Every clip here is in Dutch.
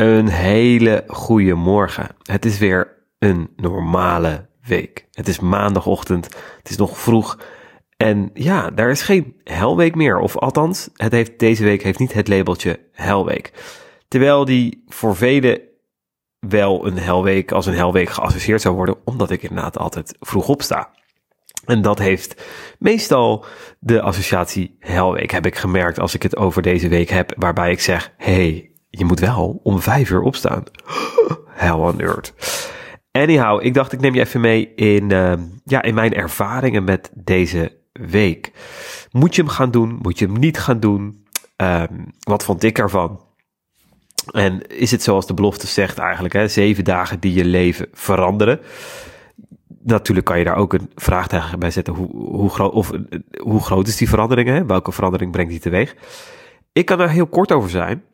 Een hele goede morgen. Het is weer een normale week. Het is maandagochtend, het is nog vroeg en ja, daar is geen helweek meer. Of althans, deze week heeft niet het labeltje helweek. Terwijl die voor velen wel als een helweek geassocieerd zou worden, omdat ik inderdaad altijd vroeg opsta. En dat heeft meestal de associatie helweek, heb ik gemerkt als ik het over deze week heb, waarbij ik zeg, hey, je moet wel om 5 uur opstaan. Hell on earth. Anyhow, ik dacht ik neem je even mee in mijn ervaringen met deze week. Moet je hem gaan doen? Moet je hem niet gaan doen? Wat vond ik ervan? En is het zoals de belofte zegt eigenlijk, 7 dagen die je leven veranderen? Natuurlijk kan je daar ook een vraagteken bij zetten. Hoe groot is die verandering? Hè? Welke verandering brengt die teweeg? Ik kan daar heel kort over zijn.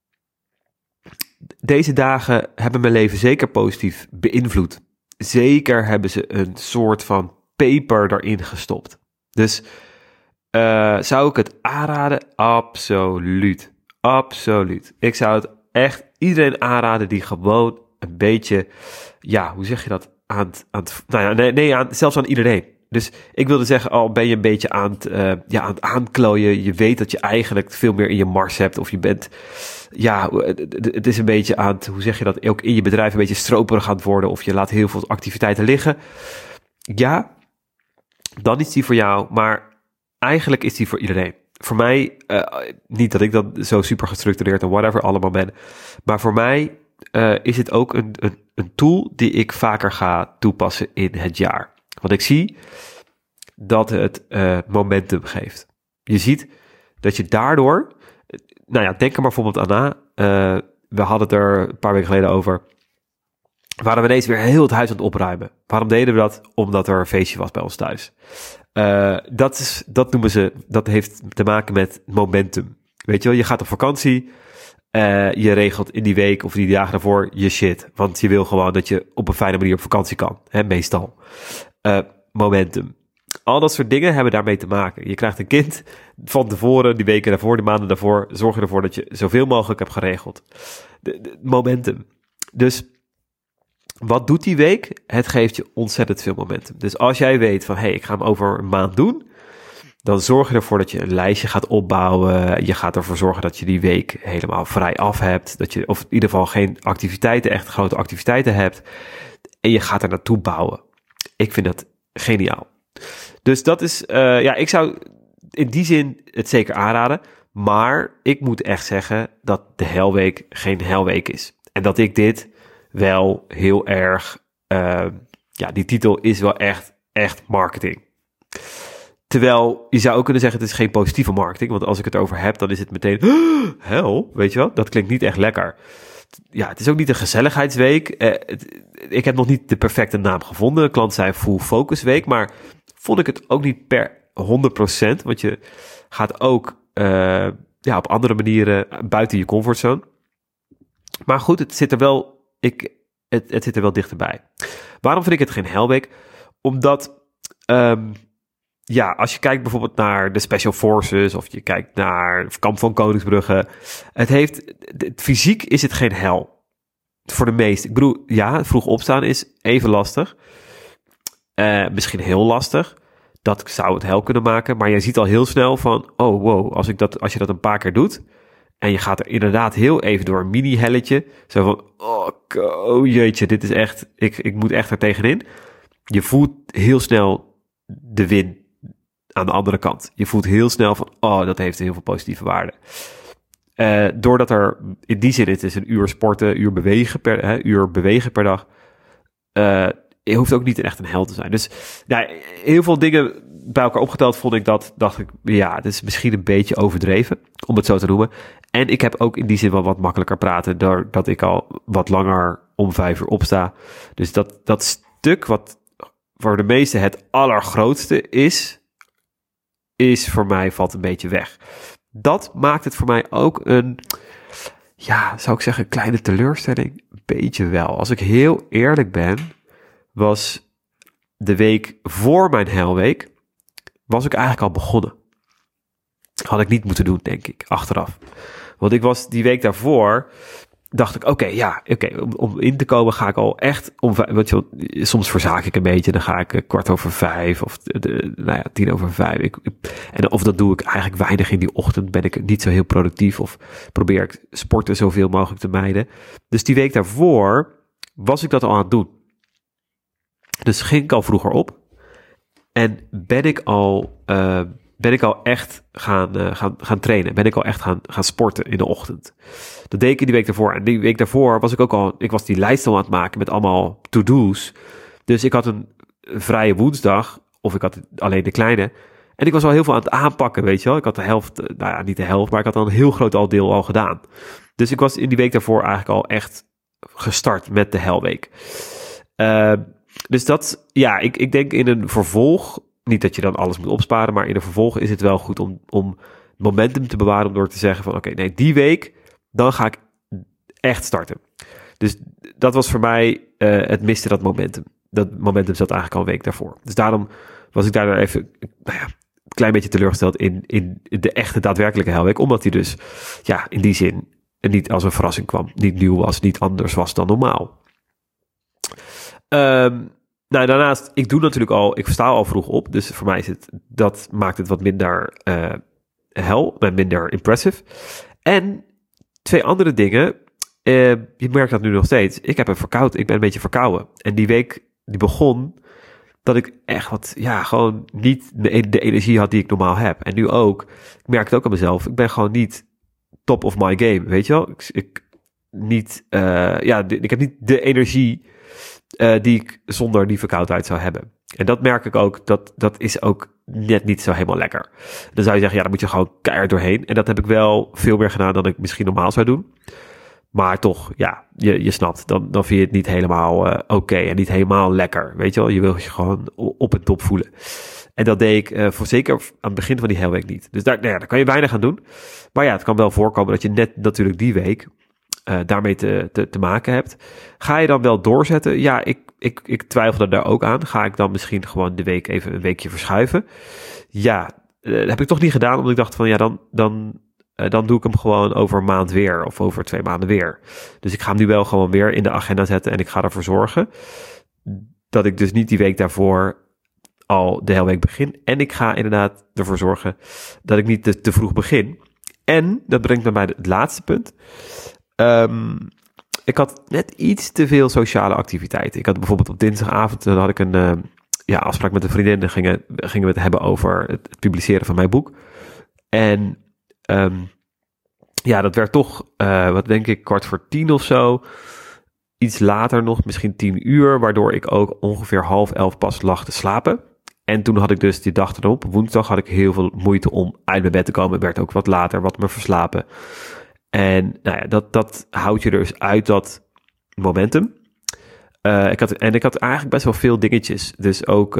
Deze dagen hebben mijn leven zeker positief beïnvloed. Zeker hebben ze een soort van peper erin gestopt. Dus zou ik het aanraden? Absoluut. Absoluut. Ik zou het echt iedereen aanraden die gewoon een beetje, hoe zeg je dat? Zelfs aan iedereen. Dus ik wilde zeggen, al ben je een beetje aan het aanklooien, je weet dat je eigenlijk veel meer in je mars hebt, of je bent, het is een beetje aan het, hoe zeg je dat, ook in je bedrijf een beetje stroperig aan het worden, of je laat heel veel activiteiten liggen. Ja, dan is die voor jou, maar eigenlijk is die voor iedereen. Voor mij, niet dat ik dan zo super gestructureerd en whatever allemaal ben, maar voor mij is het ook een tool die ik vaker ga toepassen in het jaar. Want ik zie dat het momentum geeft. Je ziet dat je daardoor, denk er maar bijvoorbeeld aan na. We hadden het er een paar weken geleden over. Waren we ineens weer heel het huis aan het opruimen. Waarom deden we dat? Omdat er een feestje was bij ons thuis. Dat heeft te maken met momentum. Weet je wel, je gaat op vakantie. Je regelt in die week of die dagen daarvoor je shit. Want je wil gewoon dat je op een fijne manier op vakantie kan. Meestal. Momentum. Al dat soort dingen hebben daarmee te maken. Je krijgt een kind van tevoren, die weken daarvoor, die maanden daarvoor. Zorg je ervoor dat je zoveel mogelijk hebt geregeld. Momentum. Dus wat doet die week? Het geeft je ontzettend veel momentum. Dus als jij weet van, ik ga hem over een maand doen, dan zorg je ervoor dat je een lijstje gaat opbouwen. Je gaat ervoor zorgen dat je die week helemaal vrij af hebt. Dat je, of in ieder geval geen activiteiten, echt grote activiteiten hebt. En je gaat er naartoe bouwen. Ik vind dat geniaal. Dus dat is, ik zou in die zin het zeker aanraden. Maar ik moet echt zeggen dat de helweek geen helweek is. En dat ik dit wel heel erg, die titel is wel echt marketing. Terwijl, je zou ook kunnen zeggen, het is geen positieve marketing. Want als ik het over heb, dan is het meteen, hel, weet je wel? Dat klinkt niet echt lekker. Ja, het is ook niet een gezelligheidsweek. Ik heb nog niet de perfecte naam gevonden. De klant zei full focus week. Maar vond ik het ook niet per 100%. Want je gaat ook op andere manieren buiten je comfortzone. Maar goed, het zit er wel, het zit er wel dichterbij. Waarom vind ik het geen helweek? Omdat als je kijkt bijvoorbeeld naar de Special Forces of je kijkt naar het kamp van Koningsbrugge, fysiek is het geen hel. Voor de meesten. Ik bedoel, vroeg opstaan is even lastig. Misschien heel lastig. Dat zou het hel kunnen maken. Maar je ziet al heel snel van, oh wow, als je dat een paar keer doet en je gaat er inderdaad heel even door een mini-helletje, zo van, oh jeetje, dit is echt, ik moet echt er tegenin. Je voelt heel snel de win aan de andere kant. Je voelt heel snel van, dat heeft heel veel positieve waarde. Doordat er in die zin, het is een uur sporten, uur bewegen per dag. Je hoeft ook niet echt een held te zijn. Dus heel veel dingen bij elkaar opgeteld dacht ik, het is misschien een beetje overdreven, om het zo te noemen. En ik heb ook in die zin wel wat makkelijker praten, doordat ik al wat langer om 5 uur opsta. Dus dat stuk wat voor de meesten het allergrootste is voor mij, valt een beetje weg. Dat maakt het voor mij ook een, zou ik zeggen, een kleine teleurstelling. Een beetje wel. Als ik heel eerlijk ben, was de week voor mijn helweek, was ik eigenlijk al begonnen. Had ik niet moeten doen, denk ik, achteraf. Want ik was die week daarvoor, dacht ik, oké, om in te komen ga ik al echt want soms verzaak ik een beetje, dan ga ik 5:15 of 5:10. Of dat doe ik eigenlijk weinig in die ochtend, ben ik niet zo heel productief of probeer ik sporten zoveel mogelijk te mijden. Dus die week daarvoor was ik dat al aan het doen. Dus ging ik al vroeger op en ben ik al echt gaan trainen. Ben ik al echt gaan sporten in de ochtend. Dat deed ik in die week daarvoor. En die week daarvoor was ik was die lijst al aan het maken met allemaal to-do's. Dus ik had een vrije woensdag, of ik had alleen de kleine. En ik was al heel veel aan het aanpakken, weet je wel. Ik had de helft, niet de helft, maar ik had al een heel groot deel al gedaan. Dus ik was in die week daarvoor eigenlijk al echt gestart met de helweek. Dus dat, ik denk in een vervolg, niet dat je dan alles moet opsparen, maar in een vervolg is het wel goed om momentum te bewaren, om door te zeggen van oké, die week, dan ga ik echt starten. Dus dat was voor mij, het miste dat momentum. Dat momentum zat eigenlijk al een week daarvoor. Dus daarom was ik daar even, een klein beetje teleurgesteld in de echte daadwerkelijke helweek, omdat die dus, in die zin niet als een verrassing kwam, niet nieuw was, niet anders was dan normaal. Daarnaast, ik sta al vroeg op, dus voor mij dat maakt het wat minder minder impressive. En 2 andere dingen, je merkt dat nu nog steeds, ik ben een beetje verkouden. En die week, die begon, dat ik echt gewoon niet de energie had die ik normaal heb. En nu ook, ik merk het ook aan mezelf, ik ben gewoon niet top of my game, weet je wel? Ik heb niet de energie die ik zonder die verkoudheid zou hebben. En dat merk ik ook, dat is ook net niet zo helemaal lekker. Dan zou je zeggen, dan moet je gewoon keihard doorheen. En dat heb ik wel veel meer gedaan dan ik misschien normaal zou doen. Maar toch, je snapt, dan vind je het niet helemaal oké en niet helemaal lekker. Weet je wel, je wil je gewoon op het top voelen. En dat deed ik zeker aan het begin van die hele week niet. Dus daar kan je weinig aan doen. Maar het kan wel voorkomen dat je net natuurlijk die week daarmee te maken hebt. Ga je dan wel doorzetten? Ja, ik twijfelde daar ook aan. Ga ik dan misschien gewoon de week even een weekje verschuiven? Ja, dat heb ik toch niet gedaan, omdat ik dacht van dan doe ik hem gewoon over een maand weer of over 2 maanden weer. Dus ik ga hem nu wel gewoon weer in de agenda zetten en ik ga ervoor zorgen dat ik dus niet die week daarvoor al de hele week begin. En ik ga inderdaad ervoor zorgen dat ik niet te vroeg begin. En dat brengt me bij het laatste punt. Ik had net iets te veel sociale activiteiten. Ik had bijvoorbeeld op dinsdagavond, dan had ik een afspraak met een vriendin. Dan gingen we het hebben over het publiceren van mijn boek. En dat werd toch, 10:15 of zo. Iets later nog, misschien 10:00, waardoor ik ook ongeveer 10:30 pas lag te slapen. En toen had ik dus die dag erop, woensdag, had ik heel veel moeite om uit mijn bed te komen. Het werd ook wat later, wat meer verslapen. En dat houdt je dus uit dat momentum. Ik had eigenlijk best wel veel dingetjes. Dus ook,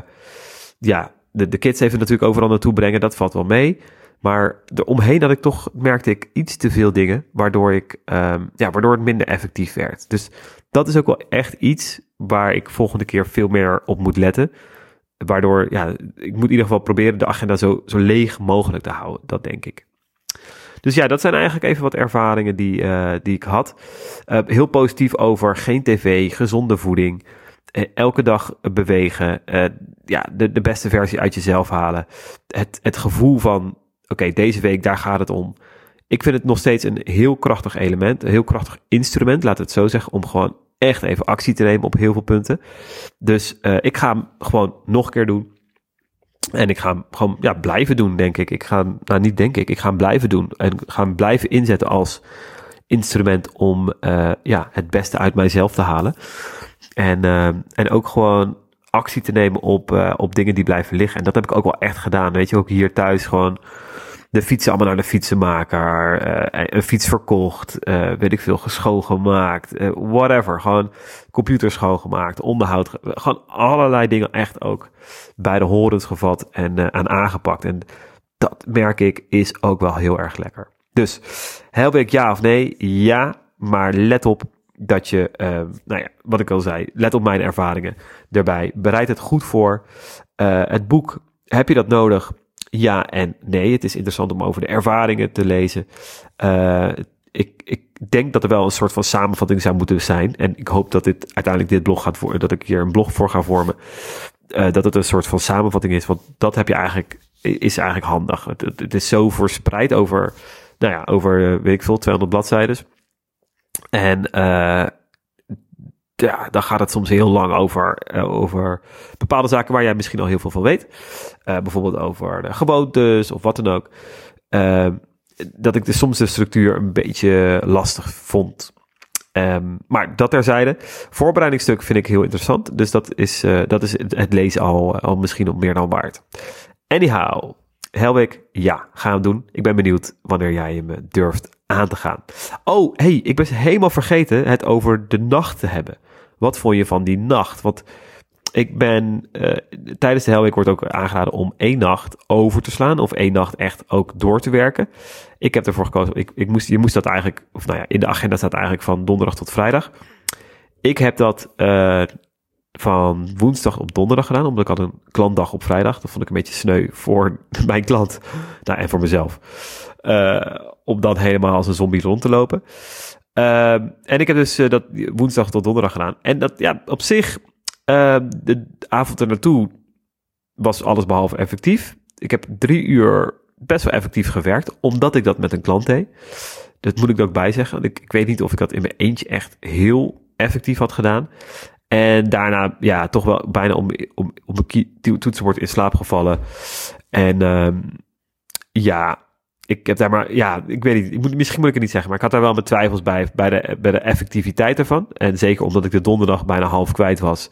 de kids even natuurlijk overal naartoe brengen, dat valt wel mee. Maar eromheen merkte ik iets te veel dingen, waardoor het minder effectief werd. Dus dat is ook wel echt iets waar ik volgende keer veel meer op moet letten. Waardoor, ik moet in ieder geval proberen de agenda zo leeg mogelijk te houden. Dat denk ik. Dus dat zijn eigenlijk even wat ervaringen die ik had. Heel positief over geen tv, gezonde voeding, elke dag bewegen, de beste versie uit jezelf halen. Het gevoel van, oké, deze week, daar gaat het om. Ik vind het nog steeds een heel krachtig element, een heel krachtig instrument, laat het zo zeggen, om gewoon echt even actie te nemen op heel veel punten. Dus ik ga hem gewoon nog een keer doen. En ik ga hem gewoon blijven doen, denk ik. Ik ga hem blijven doen. En ga hem blijven inzetten als instrument om het beste uit mijzelf te halen. En ook gewoon actie te nemen op dingen die blijven liggen. En dat heb ik ook wel echt gedaan. Weet je, ook hier thuis gewoon de fietsen allemaal naar de fietsenmaker. Een fiets verkocht. Weet ik veel, schoongemaakt. Whatever. Gewoon computer schoongemaakt. Onderhoud. Gewoon allerlei dingen echt ook bij de horens gevat en aangepakt. En dat merk ik is ook wel heel erg lekker. Dus, helweek ja of nee? Ja, maar let op dat je, wat ik al zei, let op mijn ervaringen erbij. Bereid het goed voor. Het boek, heb je dat nodig? Ja en nee. Het is interessant om over de ervaringen te lezen. ik denk dat er wel een soort van samenvatting zou moeten zijn. En ik hoop dat dit uiteindelijk dit blog gaat worden, dat ik hier een blog voor ga vormen. Dat het een soort van samenvatting is, want dat heb je is eigenlijk handig. Het is zo verspreid over, weet ik veel, 200 bladzijden. En dan gaat het soms heel lang over bepaalde zaken waar jij misschien al heel veel van weet. Bijvoorbeeld over de gewoontes of wat dan ook. Dat ik soms de structuur een beetje lastig vond. Maar dat terzijde. Voorbereidingsstuk vind ik heel interessant. Dus dat is het lezen al misschien nog meer dan waard. Anyhow, Helwig, ja, gaan we doen. Ik ben benieuwd wanneer jij hem durft aan te gaan. Oh, hey, ik ben helemaal vergeten het over de nacht te hebben. Wat vond je van die nacht? Want ik ben, tijdens de Helwig wordt ook aangeraden om 1 nacht over te slaan. Of 1 nacht echt ook door te werken. Ik heb ervoor gekozen, je moest dat eigenlijk, in de agenda staat eigenlijk van donderdag tot vrijdag. Ik heb dat van woensdag op donderdag gedaan, omdat ik had een klantdag op vrijdag. Dat vond ik een beetje sneu voor mijn klant. En voor mezelf. Om dan helemaal als een zombie rond te lopen. En ik heb dus dat woensdag tot donderdag gedaan. En dat, op zich, de avond er naartoe was alles behalve effectief. Ik heb 3 uur best wel effectief gewerkt, omdat ik dat met een klant deed. Dat moet ik er ook bij zeggen. Ik weet niet of ik dat in mijn eentje echt heel effectief had gedaan. En daarna, toch wel bijna om mijn toetsenbord in slaap gevallen. En ik heb daar maar, ik weet niet, misschien moet ik het niet zeggen, maar ik had daar wel mijn twijfels bij de effectiviteit ervan. En zeker omdat ik de donderdag bijna half kwijt was.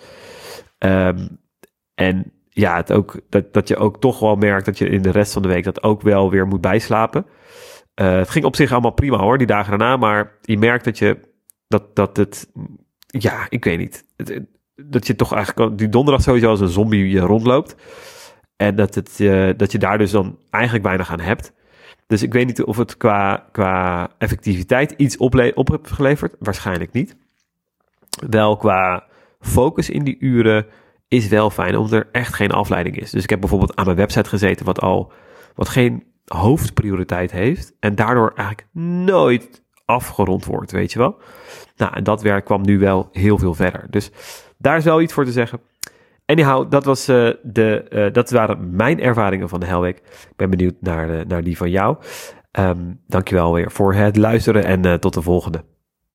En het ook, dat je ook toch wel merkt dat je in de rest van de week dat ook wel weer moet bijslapen. Het ging op zich allemaal prima hoor, die dagen daarna, maar je merkt dat het, ik weet niet, dat je toch eigenlijk die donderdag sowieso als een zombie rondloopt. En dat je daar dus dan eigenlijk weinig aan hebt. Dus ik weet niet of het qua effectiviteit iets op heeft geleverd. Waarschijnlijk niet. Wel qua focus in die uren is wel fijn, omdat er echt geen afleiding is. Dus ik heb bijvoorbeeld aan mijn website gezeten wat geen hoofdprioriteit heeft. En daardoor eigenlijk nooit afgerond wordt, weet je wel. En dat werk kwam nu wel heel veel verder. Dus daar is wel iets voor te zeggen. Anyhow, dat waren mijn ervaringen van de Helwig. Ik ben benieuwd naar die van jou. Dankjewel weer voor het luisteren en tot de volgende.